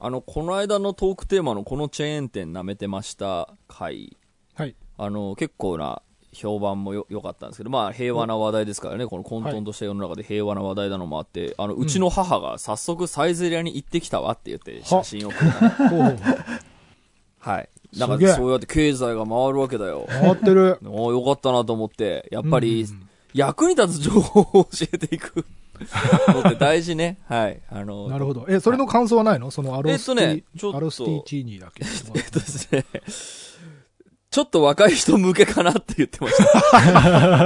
この間のトークテーマのこのチェーン店舐めてました回、 はい、 結構な評判も良かったんですけど、まあ平和な話題ですからね、この混沌とした世の中で平和な話題なのもあって、うちの母が早速サイゼリヤに行ってきたわって言って写真をくれた、ね。はい。なんかそうやって経済が回るわけだよ。 回ってる。 よかったなと思って、やっぱり役に立つ情報を教えていくのって大事ね。はい。なるほど。それの感想はないの？そのアロスティチーニだけ。 ですね。ちょっと若い人向けかなって言ってました。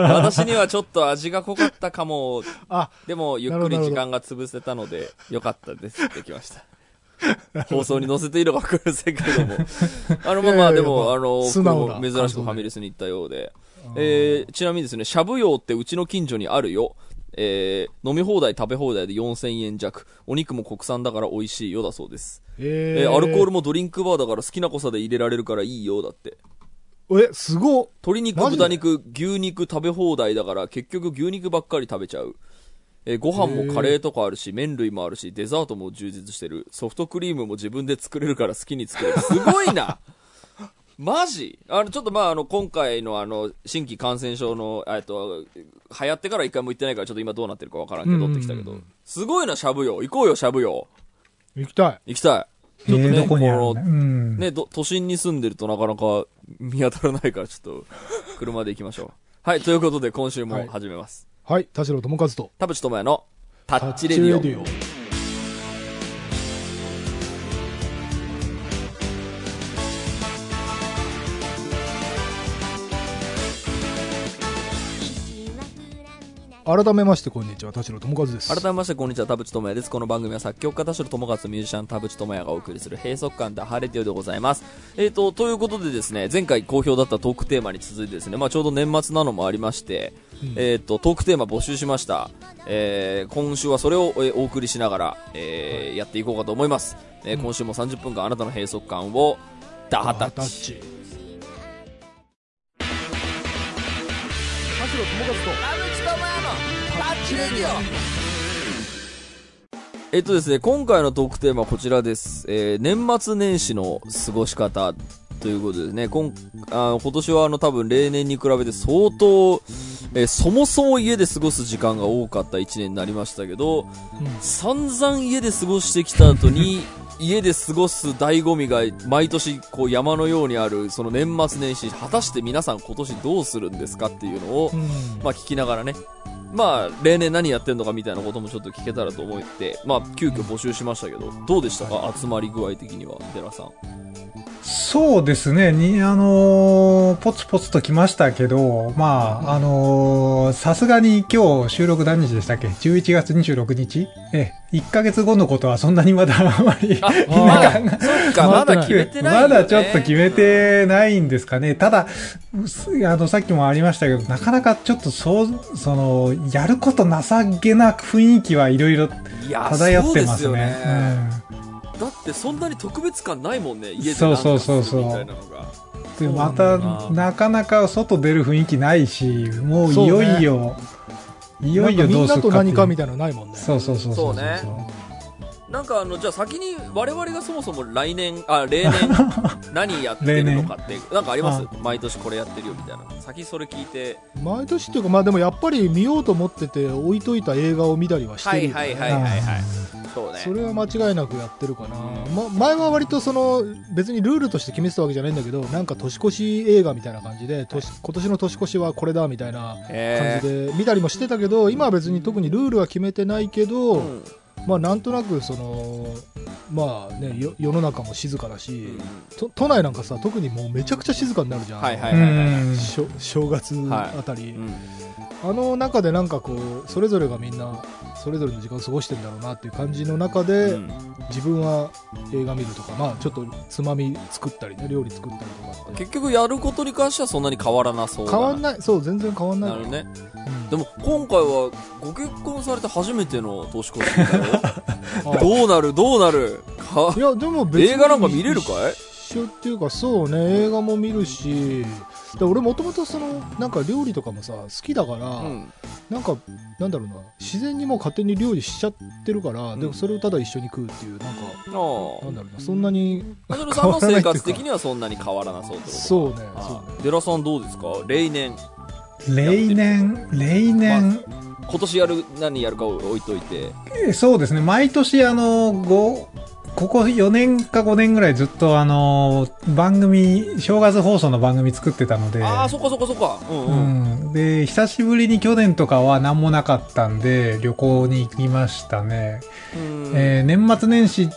私にはちょっと味が濃かったかも。でもゆっくり時間が潰せたのでよかったですってきました。放送に載せていいのか分かりませんけれども。まあでも、珍しくファミレスに行ったようで。ちなみにですね、しゃぶ葉ってうちの近所にあるよ。飲み放題食べ放題で4000円弱。お肉も国産だから美味しいよだそうです。アルコールもドリンクバーだから好きな濃さで入れられるからいいよだって。 すごっ。 鶏肉、豚肉、牛肉食べ放題だから結局牛肉ばっかり食べちゃう。ご飯もカレーとかあるし、麺類もあるし、デザートも充実してる。ソフトクリームも自分で作れるから好きに作れる。すごいなマジちょっと今回の新規感染症の、流行ってから一回も行ってないから、ちょっと今どうなってるかわからんけど、取ってきたけど。すごいな、しゃぶよ。行こうよ、しゃぶよ。 行きたい。 行きたい。ちょっとね、 どこにあるね、都心に住んでるとなかなか見当たらないから、ちょっと、車で行きましょう。はい、ということで今週も始めます。 はい、田代智和と田淵智也のタッチレディオ。 改めましてこんにちは、田代智和です。 改めましてこんにちは、田淵智也です。この番組は作曲家田代智和、ミュージシャン田淵智也がお送りする閉塞感ダハレディオでございます。ということでですね、前回好評だったトークテーマに続いてですね、まあちょうど年末なのもありまして、トークテーマ募集しました。今週はそれをお送りしながら、やっていこうかと思います。今週も30分間あなたの閉塞感をダハタッチ。 田代智和と田淵智也のタッチレディオ。ですね、今回のトークテーマはこちらです。年末年始の過ごし方ということですね。今年は多分例年に比べて相当、そもそも家で過ごす時間が多かった1年になりましたけど、散々家で過ごしてきた後に家で過ごす醍醐味が毎年こう山のようにあるその年末年始、果たして皆さん今年どうするんですかっていうのを、まあ聞きながらね、まあ例年何やってんのかみたいなこともちょっと聞けたらと思って、まあ急遽募集しましたけど、どうでしたか、集まり具合的には。寺さん。 そうですね、ポツポツと来ましたけど、まあ、さすがに今日収録何日でしたっけ ?11 月26日1ヶ月後のことはそんなにまだあまり、 そっか、まだ決めてないよね。 まだちょっと決めてないんですかね。ただ、さっきもありましたけど、なかなかちょっとやることなさげな雰囲気はいろいろ漂ってますね。 だってそんなに特別感ないもんね、家でなんかするみたいなのが。 でまたなかなか外出る雰囲気ないし、もういよいよみんなと何かみたいなのないもんね。 そうね。なんかじゃあ先に我々がそもそも例年何やってるのかってなんかあります？毎年これやってるよみたいな。先それ聞いて。 毎年っていうか、まあでもやっぱり見ようと思ってて置いといた映画を見たりはしてる。 はい。そうね。 それは間違いなくやってるかな。前は割と別にルールとして決めてたわけじゃないんだけど、なんか年越し映画みたいな感じで、今年の年越しはこれだみたいな感じで見たりもしてたけど、今は別に特にルールは決めてないけど、まあなんとなくまあね、世の中も静かだし、都内なんかさ、特にもうめちゃくちゃ静かになるじゃん。正月あたり、中でなんかこうそれぞれがみんなそれぞれの時間を過ごしてるんだろうなっていう感じの中で、自分は映画見るとか、まあちょっとつまみ作ったりね、料理作ったりとか。 結局やることに関してはそんなに変わらなそうだな。 変わんない。そう、全然変わんない。 なるね。でも今回はご結婚されて初めての年越しだよ。どうなるいやでも別に映画なんか見れるかい？ 一緒っていうか、そうね、映画も見るし、 で俺もともとそのなんか料理とかもさ好きだから、なんかなんだろうな、自然にもう勝手に料理しちゃってるから、でもそれをただ一緒に食うっていう、なんかなんだろうな、そんなにマジョルさんの生活的にはそんなに変わらなそうってことか。 そうね。 デラさんどうですか？例年今年何やるか置いといて。 そうですね、毎年ここ4年か5年ぐらいずっと番組、正月放送の番組作ってたので。 ああ、そっか。 で、久しぶりに去年とかは何もなかったんで、旅行に行きましたね。年末年始、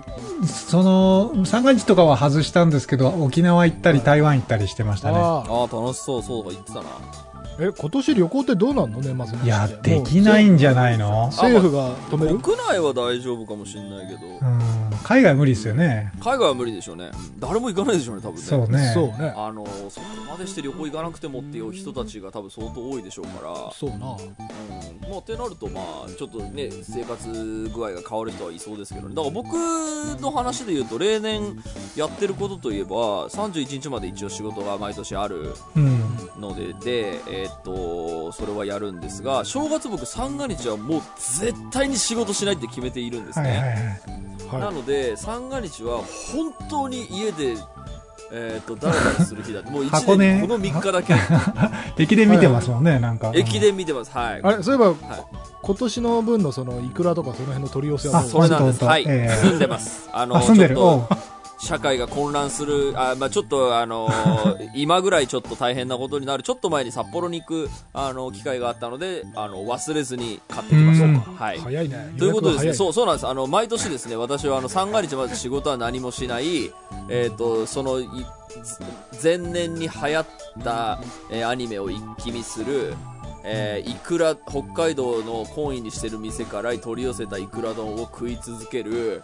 三が日とかは外したんですけど、沖縄行ったり台湾行ったりしてましたね。 ああ、楽しそう、そうとか言ってたな。 今年旅行ってどうなんの？年末年始。 いや、できないんじゃないの？ 政府が止める？ 国内は大丈夫かもしれないけど。 海外無理ですよね。 海外は無理でしょうね。誰も行かないでしょうね、多分ね。 そうね。 そこまでして旅行行かなくてもっていう人たちが多分相当多いでしょうから。 そうな。 まあ、ってなると、まあ、ちょっとね、生活具合が変わる人はいそうですけどね。だから僕の話で言うと、例年やってることといえば、31日まで一応仕事が毎年あるので、それはやるんですが、正月僕三が日はもう絶対に仕事しないって決めているんですね。なので三が日は本当に家でダラダラする日だって、もう1年この3日だけ駅伝見てますもんね、なんか駅伝見てます。はい。 あれ、そういえば、今年の分のそのイクラとかその辺の取り寄せはそれなんです。はい、住んでます。 住んでる。 社会が混乱する、ちょっと今ぐらいちょっと大変なことになる、ちょっと前に札幌に行く機会があったので、忘れずに買ってきました。はい。 早いね。 ということですね。そうなんです。毎年ですね、私は三が日まず仕事は何もしない、その前年に流行ったアニメを一気見する。イクラ、北海道の懇意にしてる店から取り寄せたイクラ丼を食い続ける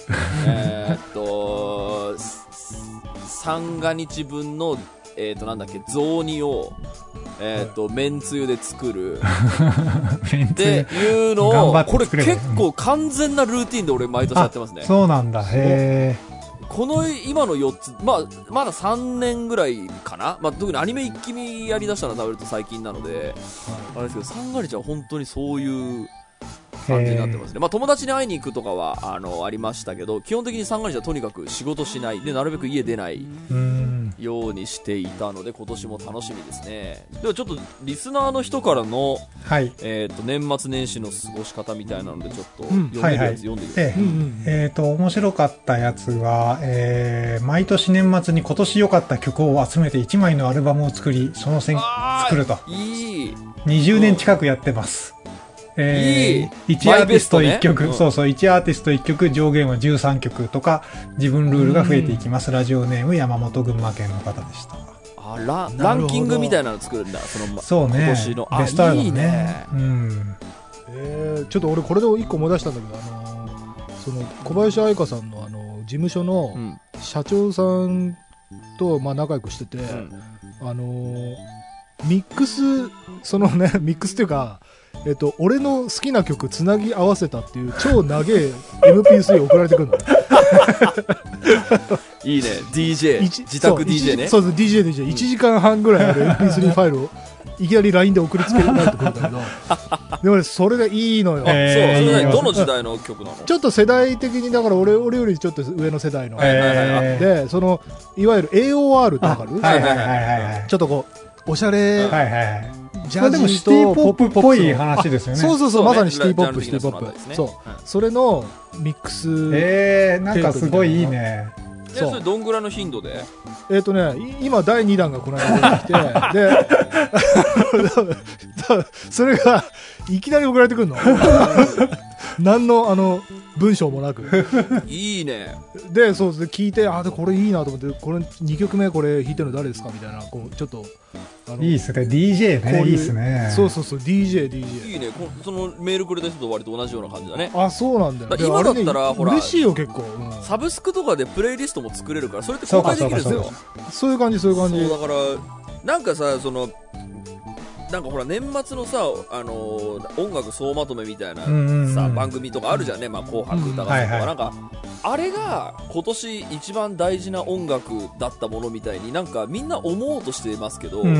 三が日分のなんだっけ、雑煮をめんつゆで作るっていうのを、これ結構完全なルーティンで俺毎年やってますね。 そうなんだ。へー。 この今の4つ、まだ3年ぐらいかな、特にアニメ一気見やりだしたのは食べると最近なので、あれですけど、三が日は本当にそういう感じになってますね。友達に会いに行くとかはありましたけど、基本的に三が日はとにかく仕事しないで、なるべく家出ないようにしていたので、今年も楽しみですね。ではちょっとリスナーの人からの、年末年始の過ごし方みたいなので、ちょっと読んでるやつ読んでいいですか？ 面白かったやつは、毎年年末に今年良かった曲を集めて1枚のアルバムを作り、その作ると。20年近くやってます。1アーティスト1曲、1アーティスト1曲、上限は13曲とか、自分ルールが増えていきます。ラジオネーム山本群馬県の方でした。 ランキングみたいなの作るんだ、 そうね。 今年の。 ベストアルバムね。 ちょっと俺これで1個思い出したんだけど、その小林愛香さんの事務所の社長さんと仲良くしてて、ミックス、ミックスっていうか、俺の好きな曲つなぎ合わせたっていう超長え MP3 送られてくるの。 いいね、DJ、自宅 DJ ね。 そうです、DJ。1時間半ぐらいある MP3 ファイルをいきなり LINE で送りつけられてくるんだけど、でもそれがいいのよ。 それどの時代の曲なの？ ちょっと世代的に、だから俺よりちょっと上の世代の。で、いわゆる AOR ってわかる？ちょっとこう、おしゃれ、 ジャズとでもシティポップっぽい話ですよね。 そう、まさにシティポップ。そう。それのミックス。 なんかすごいいいね。 それどんぐらいの頻度で？ 今第2弾がこの間出てきて、で、それがいきなり送られてくるの。何の文章もなく。 いいね。 で、そうですね、聞いて、これいいなと思って、これ2曲目これ弾いてるの誰ですかみたいな、ちょっと。 いいっすね、DJ ね。いいっすね。 そう、DJ。 いいね。そのメールくれた人と割と同じような感じだね。 そうなんだよ。 今だったら、ほら、 嬉しいよ、結構。 サブスクとかでプレイリストも作れるから、それって公開できるんですよ。 そういう感じ。そう、だから、 なんかさ、なんかほら年末のさ、音楽総まとめみたいなさ、番組とかあるじゃんね。紅白歌合戦とか、なんかあれが今年一番大事な音楽だったものみたいになんかみんな思おうとしてますけど、い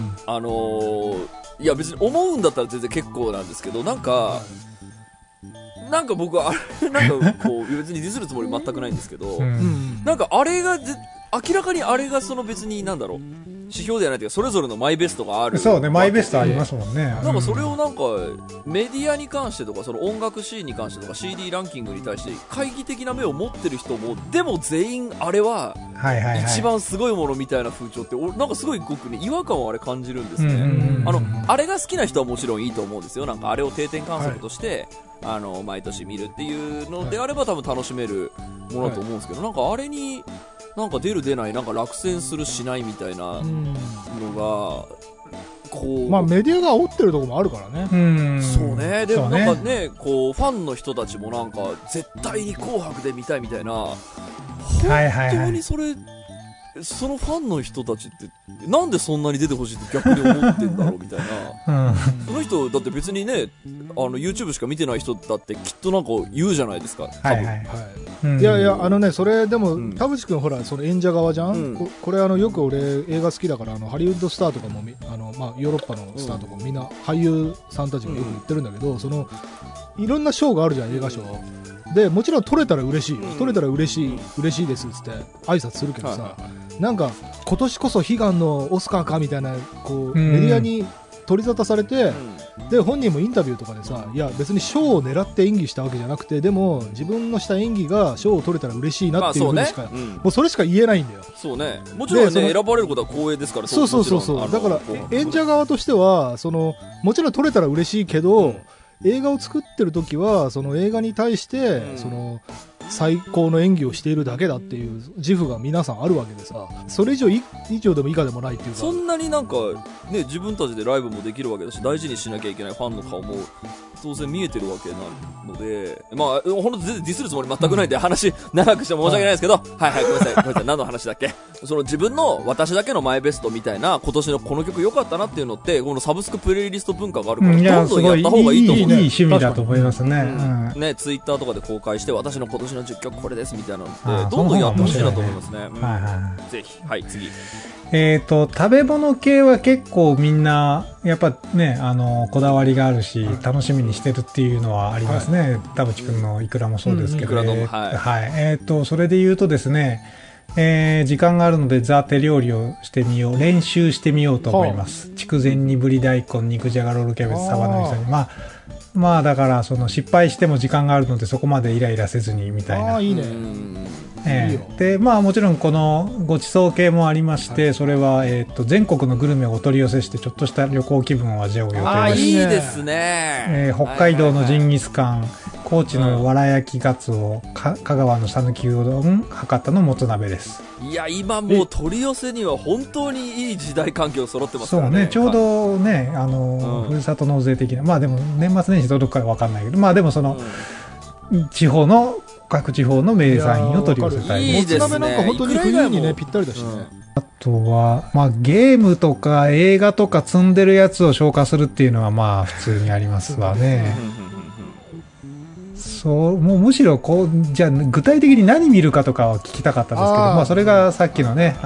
や別に思うんだったら全然結構なんですけど、なんか僕はあれなんかこう別にディスるつもり全くないんですけど、なんかあれが明らかにあれがその別になんだろう指標ではないというかそれぞれのマイベストがある。 そうね、マイベストありますもんね。 なんかそれをなんかメディアに関してとかその音楽シーンに関してとか CD ランキングに対して懐疑的な目を持ってる人もでも全員あれは一番すごいものみたいな風潮ってなんかすごい僕ね違和感をあれ感じるんですね。あれが好きな人はもちろんいいと思うんですよ。なんかあれを定点観測として、毎年見るっていうのであれば多分楽しめるものだと思うんですけど、なんかあれになんか出る出ないなんか落選するしないみたいなのがこう、 まあメディアが煽ってるところもあるからね。 そうね。でもなんかねこうファンの人たちもなんか絶対に紅白で見たいみたいな、本当にそのファンの人たちってなんでそんなに出てほしいって逆に思ってんだろうみたいな、その人だって別にねYouTube しか見てない人だってきっとなんか言うじゃないですか多分。 いやいやそれでも田淵君ほらその演者側じゃん、これよく俺映画好きだからハリウッドスターとかもまあ、ヨーロッパのスターとかもみんな俳優さんたちがよく言ってるんだけど、そのいろんな賞があるじゃん映画賞で、もちろん取れたら嬉しいよ、取れたら嬉しいですっつって挨拶するけどさ、なんか今年こそ悲願のオスカーかみたいなこうメディアに取り沙汰されて、で本人もインタビューとかでさ、いや別に賞を狙って演技したわけじゃなくて、でも自分のした演技が賞を取れたら嬉しいなっていうふうにしか、もうそれしか言えないんだよ。 そうね、もちろんね選ばれることは光栄ですから。 そうだから演者側としてはもちろん取れたら嬉しいけど、映画を作ってる時はその映画に対して最高の演技をしているだけだっていう自負が皆さんあるわけでさ、それ以上でも以下でもないっていうか、 そんなになんかね自分たちでライブもできるわけだし大事にしなきゃいけないファンの顔も当然見えてるわけなので、まあ本当全然ディスるつもり全くないんで話長くして申し訳ないですけど、はいごめんなさい何の話だっけ。その自分の私だけのマイベストみたいな今年のこの曲良かったなっていうのってこのサブスクプレイリスト文化があるからどんどんやった方がいいと思う。 いい趣味だと思いますね。 ねツイッターとかで公開して私の今年の10曲これですみたいなのってどんどんやってほしいなと思いますね。ぜひ次。 食べ物系は結構みんなやっぱねこだわりがあるし楽しみにしてるっていうのはありますね。田淵くんのいくらもそうですけど、それで言うとですね、時間があるのでザ手料理をしてみよう、練習してみようと思います。筑前煮ぶり大根、肉じゃがロールキャベツ、サバの味噌煮、まあだからその失敗しても時間があるのでそこまでイライラせずにみたいな。 いいね。 でもちろんこのごちそう系もありまして、それは全国のグルメをお取り寄せしてちょっとした旅行気分を味わう予定です。 いいですね。 北海道のジンギスカン、高知のわら焼きガツオ、香川の讃岐うどん、博多のもつ鍋です。 いや今もう取り寄せには本当にいい時代環境揃ってますからね。 そうね、ちょうどねふるさと納税的な、でも年末年始届くから分かんないけど、でもその、各地方の名産品を取り寄せたい。 いいですね。 もつ鍋なんか本当に冬にねぴったりだしね。 あとはゲームとか映画とか積んでるやつを消化するっていうのは普通にありますわね。もうむしろじゃあ具体的に何見るかとかは聞きたかったんですけど、それがさっきのね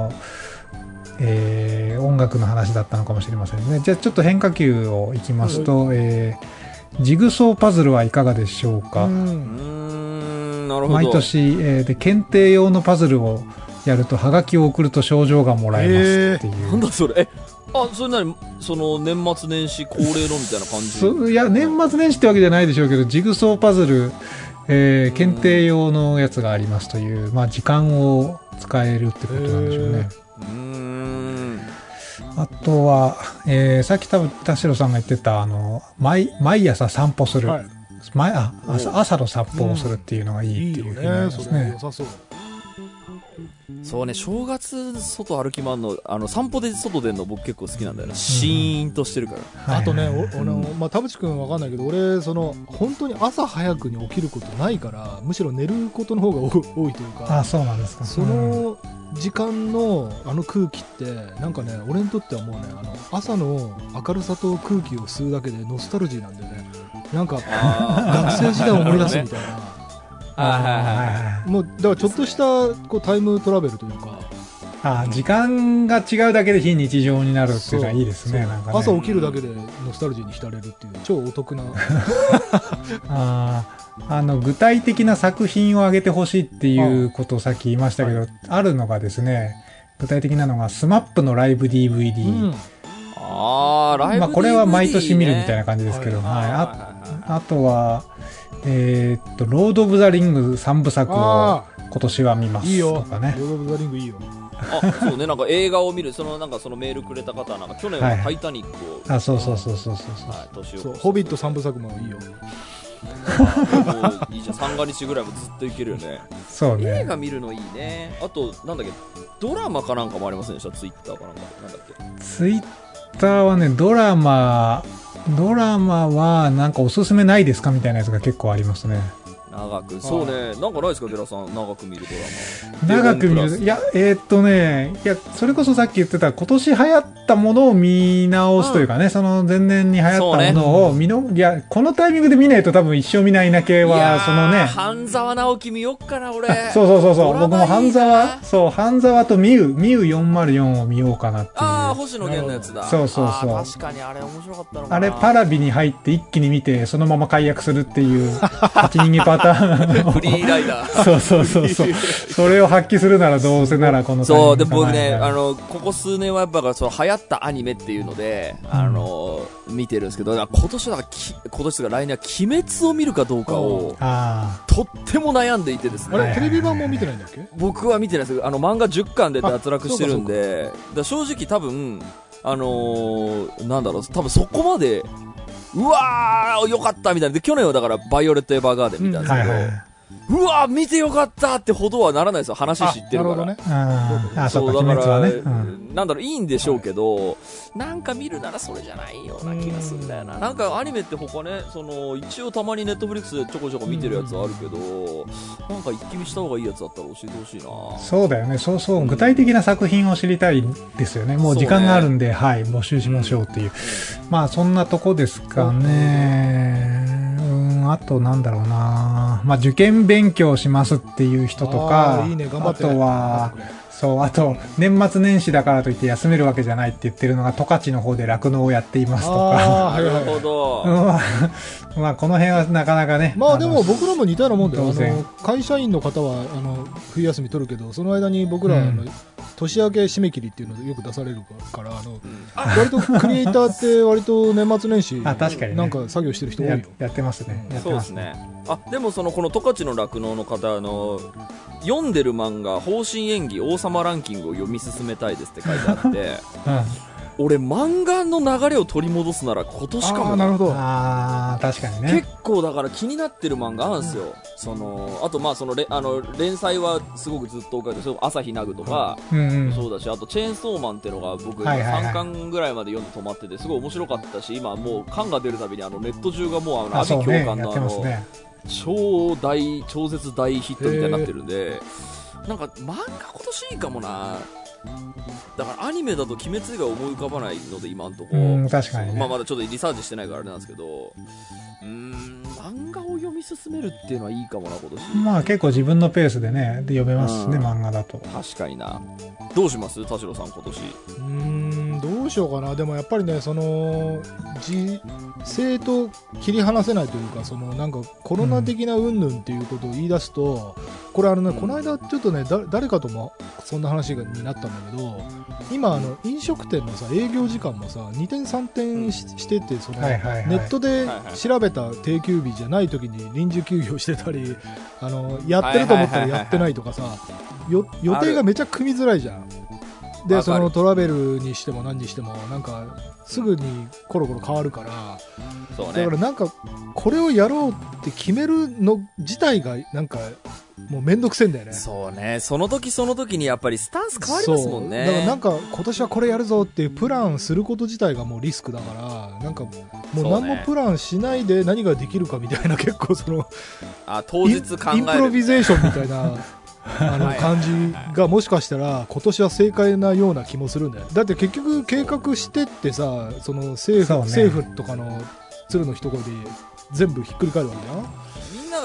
音楽の話だったのかもしれませんね。じゃあちょっと変化球をいきますと、ジグソーパズルはいかがでしょうか。毎年、検定用のパズルをやるとハガキを送ると賞状がもらえますっていう。 なんだそれ。それ何その年末年始恒例のみたいな感じ。 いや年末年始ってわけじゃないでしょうけど、ジグソーパズル、検定用のやつがありますという、時間を使えるってことなんでしょうね。あとは、さっき多分田代さんが言ってた毎朝散歩する、朝の散歩をするっていうのがいいっていうふうになりますね。 そうね、正月外歩き回るの散歩で外出るの僕結構好きなんだよね。シーンとしてるから。 あとね、田淵君わかんないけど、俺本当に朝早くに起きることないから、むしろ寝ることの方が多いというか。 そうなんですか。 その時間の空気ってなんかね、俺にとってはもうね朝の明るさと空気を吸うだけでノスタルジーなんだよね。なんか学生時代を思い出すみたいな。 もうだからちょっとしたこうタイムトラベルというか、 時間が違うだけで非日常になるっていうのはいいですね。なんかね、 朝起きるだけでノスタルジーに浸れるっていう超お得な具体的な作品を挙げてほしいっていうことをさっき言いましたけど、あるのがですね、具体的なのがスマップのライブ DVD、 ライブ DVD、 まあこれは毎年見るみたいな感じですけど、あとはロード・オブ・ザ・リング3部作を今年は見ますとかね。 ロード・オブ・ザ・リングいいよ。 そうね、なんか映画を見る、なんかそのメールくれた方はなんか去年はタイタニックを、 そう、 ホビット3部作もいいよ。 もういいじゃん、三が日ぐらいもずっといけるよね。 そうね。 映画見るのいいね。あとなんだっけ、ドラマかなんかもありませんでした？ツイッターかなんか、なんだっけ。 ツイッターはね、ドラマはなんかおすすめないですかみたいなやつが結構ありますね。 長く、そうね、なんかないですか、寺さん、長く見るドラマ。長く見る、いや、それこそさっき言ってた、今年流行ったものを見直すというかね、その前年に流行ったものをいや、このタイミングで見ないと多分一生見ないな系は、そのね。 半沢直樹見よっかな、俺。 そう。僕も半沢とミュウ404を見ようかなっていう。 星野源のやつだ。 そう。 確かにあれ面白かったのかな。 あれ、パラビに入って一気に見て、そのまま解約するっていう、8人パターン。 フリーライダー。 そう。それを発揮するならどうせならこのタイミングかな。 そう、で僕ね、ここ数年はやっぱ流行ったアニメっていうので、見てるんですけど、今年とか来年は鬼滅を見るかどうかを、とっても悩んでいてですね。 あれ、テレビ版も見てないんだっけ？ 僕は見てないです。漫画10巻で脱落してるんで、正直多分、なんだろう、多分そこまで、うわーよかったみたいな。で、去年はだからバイオレット・エヴァーガーデン見たんですけど、うわー見てよかったってほどはならないですよ。話知ってるから。 なるほどね。 そうだから、 ね、 なんだろう、いいんでしょうけど、なんか見るならそれじゃないような気がするんだよな。なんかアニメって他ね、一応たまにネットフリックスでちょこちょこ見てるやつはあるけど、なんか一気見した方がいいやつだったら教えてほしいな。 そうだよね。そう、具体的な作品を知りたいですよね。もう時間があるんで、募集しましょうっていう。まあ、そんなとこですかね。あとなんだろうな、まあ受験勉強しますっていう人とか、 いいね、頑張って。 あとは、あと、年末年始だからといって休めるわけじゃないって言ってるのが、十勝の方で酪農をやっていますとか。 なるほど。 まあ、この辺はなかなかね。 まあでも僕らも似たようなもんだよ。会社員の方は、冬休み取るけど、その間に僕ら、年明け締め切りっていうのでよく出されるから、割とクリエイターって割と年末年始、 確かにね、 なんか作業してる人多いよ。 やってますね。 そうですね。でもこの十勝の酪農の方、読んでる漫画、方針演技王様ランキングを読み進めたいですって書いてあって、俺漫画の流れを取り戻すなら今年かも。 なるほど。 確かにね。 結構だから気になってる漫画あるんですよ。あとまあ連載はすごくずっと追いかけて、朝日奈ぐとか、そうだし、あとチェーンソーマンっていうのが僕3巻ぐらいまで読んで止まってて、すごい面白かったし、今もう巻が出るたびにネット中がもう阿鼻教官の超絶大ヒットみたいになってるんで、なんか漫画今年いいかもな。だからアニメだと鬼滅以外思い浮かばないので今んとこ。 確かにね。 まあまだちょっとリサーチしてないからあれなんですけど、漫画を読み進めるっていうのはいいかもな今年。 まあ結構自分のペースでね、読めますしね、漫画だと。 確かにな。どうします田代さん今年？ どうしようかな。でもやっぱりね、時勢と切り離せないというか、なんかコロナ的な云々っていうことを言い出すと、これこの間ちょっとね、誰かともそんな話になったんだけど、今飲食店のさ営業時間もさ2点3点してて、ネットで調べた定休日じゃない時に臨時休業してたり、やってると思ったらやってないとかさ、予定がめちゃ組みづらいじゃん。でトラベルにしても何にしてもなんかすぐにコロコロ変わるから、だからなんかこれをやろうって決めるの自体がなんかもうめんどくせえんだよね。 そうね、その時その時にやっぱりスタンス変わりますもんね。 だからなんか今年はこれやるぞっていうプランすること自体がもうリスクだから、なんかもう何もプランしないで何ができるかみたいな、結構当日考えるインプロビゼーションみたいな感じがもしかしたら今年は正解なような気もするんだよ。だって結局計画してってさ、政府とかの鶴の一声で全部ひっくり返るわけじゃん。 みんなが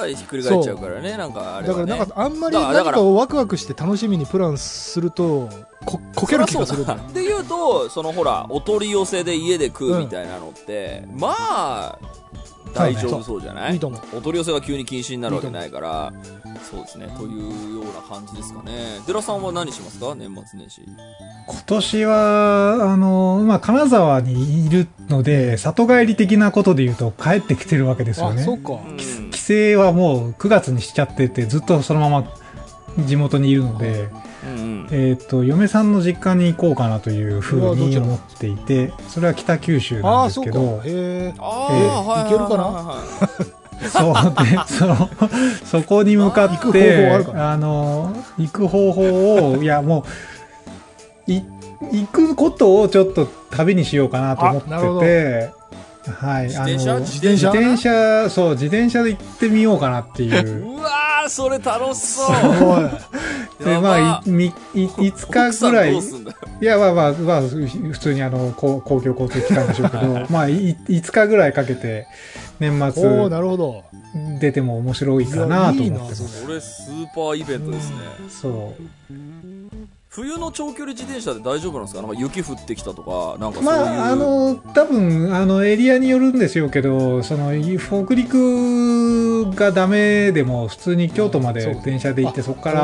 ひっくり返っちゃうからね、なんかあれはね。 だからなんかあんまり何かをワクワクして楽しみにプランするとこける気がするんだよ。 で言うと、そのほら、お取り寄せで家で食うみたいなのって、まあ、大丈夫そうじゃない？ いいと思う。 お取り寄せが急に禁止になるわけないから、そうですね、というような感じですかね。寺さんは何しますか、年末年始。 今年は、まあ、金沢にいるので、里帰り的なことで言うと帰ってきてるわけですよね。 あ、そうか。 帰省はもう9月にしちゃってて、ずっとそのまま地元にいるので、嫁さんの実家に行こうかなというふうに思っていて、それは北九州なんですけど、 いけるかな。 そうで、そこに向かって、行く方法を、いやもう、行くことをちょっと旅にしようかなと思ってて、はい、自転車で行ってみようかなっていう。 うわー、それ楽しそう。 で、まあ、5日ぐらい、いや、まあ、普通に公共交通機関でしょうけど、まあ、5日ぐらいかけて、年末、出ても面白いかなと思ってます。 これスーパーイベントですね。 そう。 冬の長距離自転車で大丈夫なんですか？なんか雪降ってきたとか、なんかそういう。 まあ、多分、エリアによるんでしょうけど、北陸がダメでも、普通に京都まで電車で行って、そこから、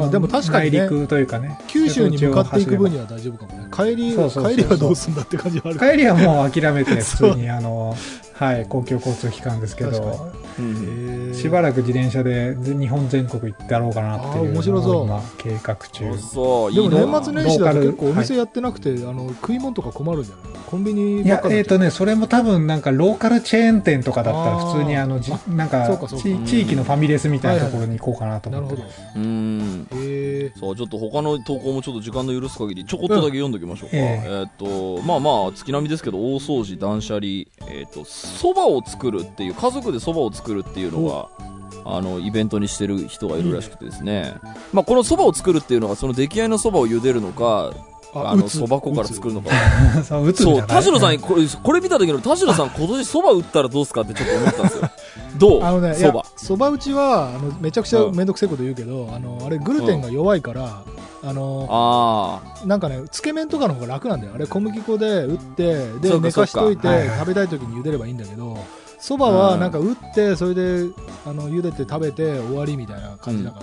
でも確かにね、 内陸というかね。 九州に向かっていく分には大丈夫かもね。帰りはどうすんだって感じはある。 帰りはもう諦めて、普通にはい、公共交通機関ですけど、しばらく自転車で日本全国行ってやろうかなっていうのを今計画中。 でも年末年始だと結構お店やってなくて、食い物とか困るんじゃない？コンビニばっかり。 いや、それも多分なんかローカルチェーン店とかだったら普通になんか地域のファミレスみたいなところに行こうかなと思って。 そう、ちょっと他の投稿もちょっと時間の許す限りちょこっとだけ読んでおきましょうか。まあ月並みですけど、大掃除、断捨離、蕎麦を作るっていう、家族で蕎麦を作るっていうのがイベントにしてる人がいるらしくてですね、まあこの蕎麦を作るっていうのが、その出来合いの蕎麦を茹でるのか、蕎麦粉から作るのか。そう、田代さん、これ見た時の田代さん、今年蕎麦打ったらどうすかってちょっと思ったんですよ。どう？ 蕎麦打ちはめちゃくちゃめんどくせえこと言うけど、あれグルテンが弱いから、なんかね、つけ麺とかの方が楽なんだよ。あれ小麦粉で打って、で寝かしといて食べたい時に茹でればいいんだけど、蕎麦はなんか打ってそれで茹でて食べて終わりみたいな感じだから、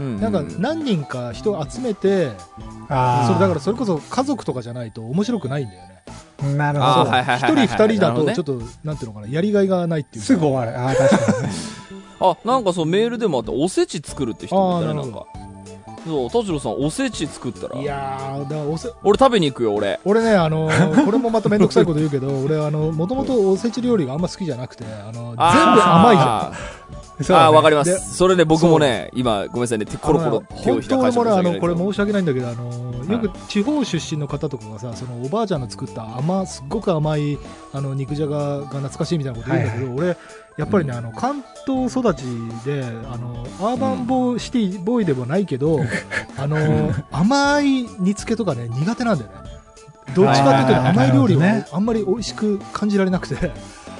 なんか何人か人を集めて、だからそれこそ家族とかじゃないと面白くないんだよね。 なるほど。 一人二人だとちょっとなんていうのかな、やりがいがないっていうか。 すぐ終わる。確かにね。 なんかそうメールでもあった、おせち作るって人みたいな、なんか。そう、田代さんおせち作ったら。 いやー、だから俺食べに行くよ、俺ね、 これもまためんどくさいこと言うけど、俺もともとおせち料理があんま好きじゃなくて、全部甘いじゃん。 わかります。それね、僕もね、今、ごめんなさいね、コロコロ手を開いて本当俺これ申し訳ないんだけど、よく地方出身の方とかがさ、そのおばあちゃんの作ったすっごく甘い肉じゃがが懐かしいみたいなこと言うんだけど、俺やっぱりね、関東育ちでアーバンシティボーイでもないけど、甘い煮付けとかね苦手なんだよね。どっちかっていうと甘い料理はあんまり美味しく感じられなくて、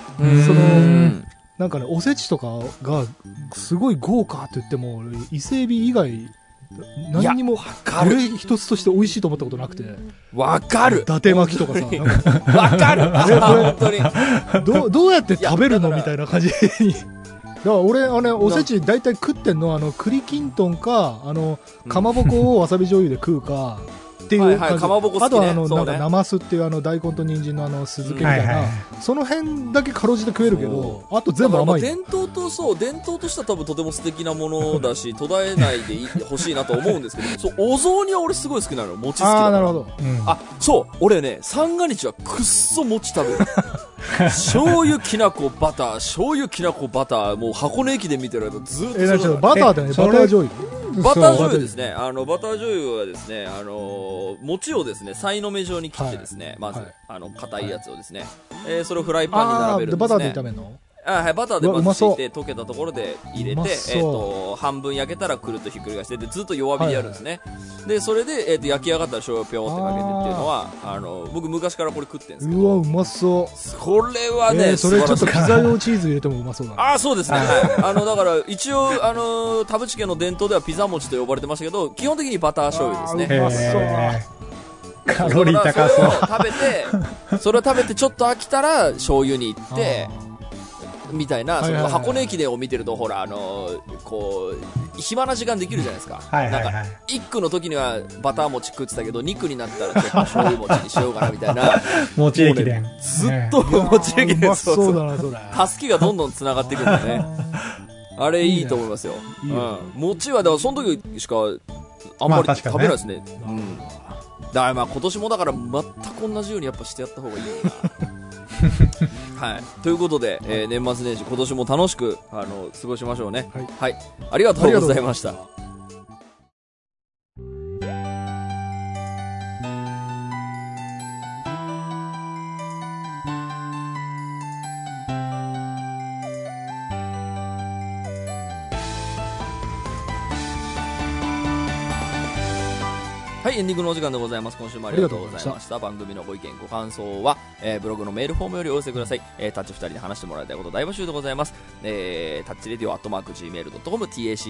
なんかね、おせちとかがすごい豪華って言っても、伊勢海老以外何にもこれ一つとして美味しいと思ったことなくて。 わかる。 伊達巻きとかさ、 わかる。本当にどうやって食べるのみたいな感じに。だから俺おせち大体食ってんの栗きんとんかかまぼこをわさび醤油で食うかっていう感じ。あとはなんかなますっていう大根と人参の酢漬けみたいな、その辺だけかろうじて食えるけど、あと全部甘い。 伝統としては多分とても素敵なものだし、途絶えないでほしいなと思うんですけど、そう、お雑煮は俺すごい好きなのよ。餅好きだから。 なるほど。 そう、俺ね、三が日はくっそ餅食べる。醤油きなこバター、もう箱根駅伝見てる間ずっとバターってね、バター醤油。 バター醤油ですね。バター醤油はですね、餅をですね、さいの目状に切ってですね、まず、硬いやつをですね、それをフライパンに並べるんですね。 バターで炒めるの？ はい、バターでまず敷いて溶けたところで入れて、半分焼けたらくるっとひっくり返してでずっと弱火でやるんですね、でそれで、焼き上がったら醤油をピョーってかけてっていうのは僕昔からこれ食ってるんですけど、 うわうまそう。 これはね、 それちょっとピザ用チーズ入れてもうまそうだね。 そうですね、はい、だから一応田淵家の伝統ではピザ餅と呼ばれてましたけど、基本的にバター醤油ですね。 うまそう。 カロリー高そう。 それを食べてちょっと飽きたら醤油に行ってみたいな、その箱根駅伝を見てるとほらこう暇な時間できるじゃないですか。なんか1区の時にはバター餅食ってたけど2区になったらちょっと醤油餅にしようかなみたいな餅駅伝、 ずっと餅駅伝、 そうだなそれ。 たすきがどんどんつながっていくんだね。あれいいと思いますよ。餅はだからその時しかあんまり食べないですね。だからまあ今年もだから全く同じようにやっぱしてやった方がいいよな。はい、ということで、年末年始今年も楽しく過ごしましょうね。はい、ありがとうございました。はい、エンディングのお時間でございます。今週もありがとうございました。番組のご意見ご感想は、ブログのメールフォームよりお寄せください。タッチ2人で話してもらいたいこと大募集でございます。タッチレディオ@gmail.com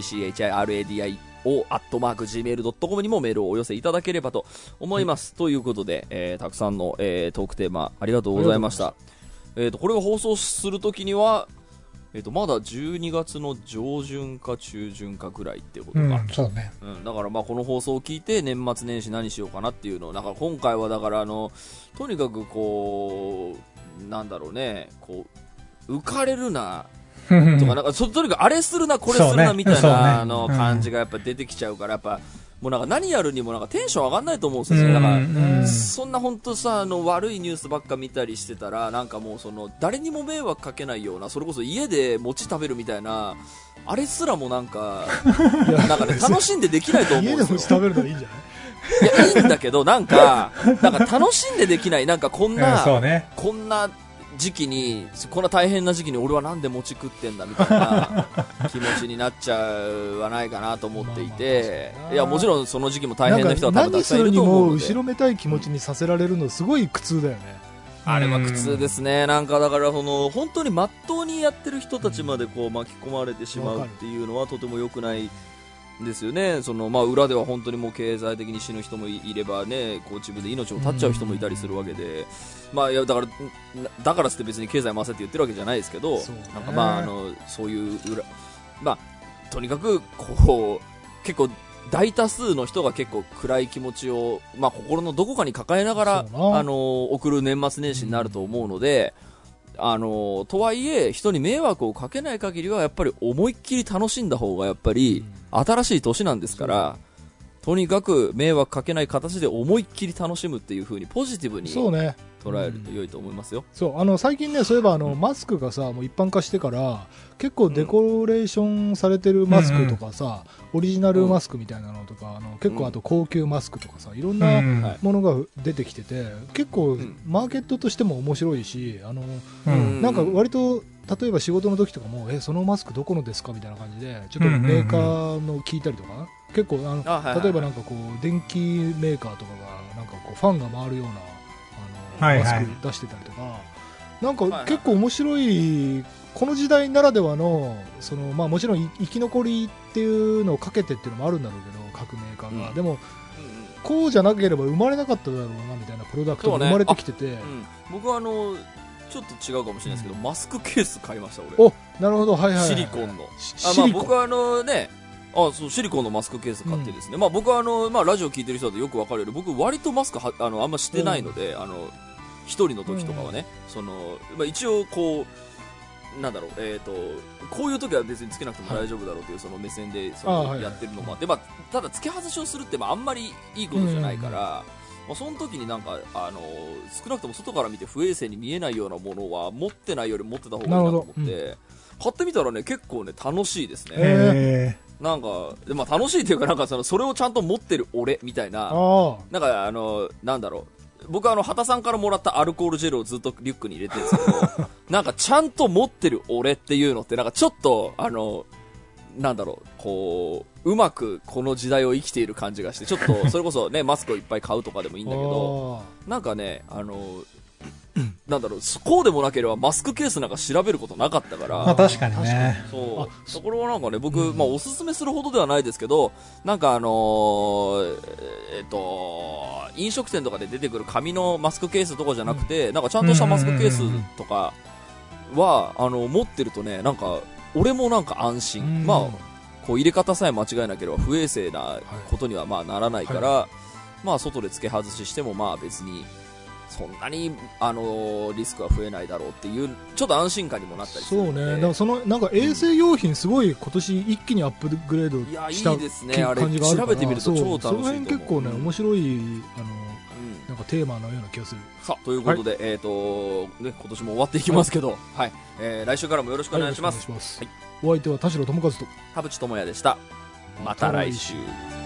tacchio@gmail.com にもメールをお寄せいただければと思います。ということで、たくさんの、トークテーマありがとうございました。これが放送するときにはまだ12月の上旬か中旬かぐらいってことか、 そうね、 だからまあこの放送を聞いて年末年始何しようかなっていうのを、だから今回はだからとにかくこうなんだろうね、こう浮かれるなとかなんかとにかくあれするなこれするなみたいな感じがやっぱ出てきちゃうから、やっぱもうなんか何やるにもなんかテンション上がんないと思うんですよ。だからそんな本当さ悪いニュースばっか見たりしてたら、なんかもう誰にも迷惑かけないような、それこそ家で餅食べるみたいなあれすらもなんかなんかね楽しんでできないと思うんですよ。 家で餅食べるのいいんじゃない？ いやいいんだけどなんか楽しんでできない、なんかこんな時期に、こんな大変な時期に俺はなんで餅食ってんだみたいな気持ちになっちゃわないかなと思っていて、いやもちろんその時期も大変な人は多分たくさんいると思うので、 何するにも後ろめたい気持ちにさせられるのすごい苦痛だよね。 あれは苦痛ですね。なんかだから本当に真っ当にやってる人たちまでこう巻き込まれてしまうっていうのはとても良くないですよね。裏では本当にもう経済的に死ぬ人もいればね、こう自分で命を絶っちゃう人もいたりするわけで、いやだからって別に経済回せって言ってるわけじゃないですけど、なんかそういうとにかくこう結構大多数の人が結構暗い気持ちを心のどこかに抱えながら送る年末年始になると思うので、とはいえ人に迷惑をかけない限りはやっぱり思いっきり楽しんだ方がやっぱり新しい年なんですから、とにかく迷惑かけない形で思いっきり楽しむっていう風にポジティブに捉えると良いと思いますよ。 そう最近ね、そういえばマスクがさもう一般化してから結構デコレーションされてるマスクとかさ、オリジナルマスクみたいなのとか結構あと高級マスクとかさ、いろんなものが出てきてて、結構マーケットとしても面白いし、なんか割と例えば仕事の時とかもそのマスクどこのですかみたいな感じでちょっとメーカーの聞いたりとか、結構例えばなんかこう電気メーカーとかがなんかこうファンが回るようなマスク出してたりとか、なんか結構面白い、この時代ならではのもちろん生き残りっていうのをかけてっていうのもあるんだろうけど各メーカーが、でもこうじゃなければ生まれなかっただろうなみたいなプロダクトが生まれてきてて、 僕はちょっと違うかもしれないですけど、マスクケース買いました俺。 お、なるほど、はいはい、 シリコンの僕はそうシリコンのマスクケース買ってですね、僕はラジオ聞いてる人だとよく分かるように、僕割とマスクあんましてないので、一人の時とかはね、一応こうなんだろう、こういう時は別につけなくても大丈夫だろうというその目線でやってるのもあって、ただ付け外しをするってあんまりいいことじゃないから、その時になんか少なくとも外から見て不衛生に見えないようなものは持ってないより持ってた方がいいなと思って、買ってみたらね結構ね楽しいですね。なんか楽しいっていうか、なんかそれをちゃんと持ってる俺みたいな、なんかなんだろう、 僕畑さんからもらったアルコールジェルをずっとリュックに入れてるんですけど、なんかちゃんと持ってる俺っていうのって、なんかちょっと、なんだろう、こう、うまくこの時代を生きている感じがして、ちょっと、それこそね、マスクをいっぱい買うとかでもいいんだけど、なんかね、なんだろう、こうでもなければマスクケースなんか調べることなかったから。 まあ確かにね。 そう。ところはなんかね、僕、まあおすすめするほどではないですけど、なんか飲食店とかで出てくる紙のマスクケースとかじゃなくて、なんかちゃんとしたマスクケースとかは、持ってるとね、なんか、俺もなんか安心。まあ、こう入れ方さえ間違えなければ不衛生なことにはまあならないから、まあ外で付け外ししてもまあ別に、そんなに、リスクは増えないだろうっていう、ちょっと安心感にもなったりするので。 そうね。だからなんか衛生用品すごい今年一気にアップグレードしたいいですね、あれ。 感じがあるから、 調べてみると超楽しいと思う。 その辺結構ね、面白い、なんかテーマのような気がする。 さあ、ということで、ね、今年も終わっていきますけど、はい。来週からもよろしくお願いします。 お相手は田代智和と田淵智也でした。また来週。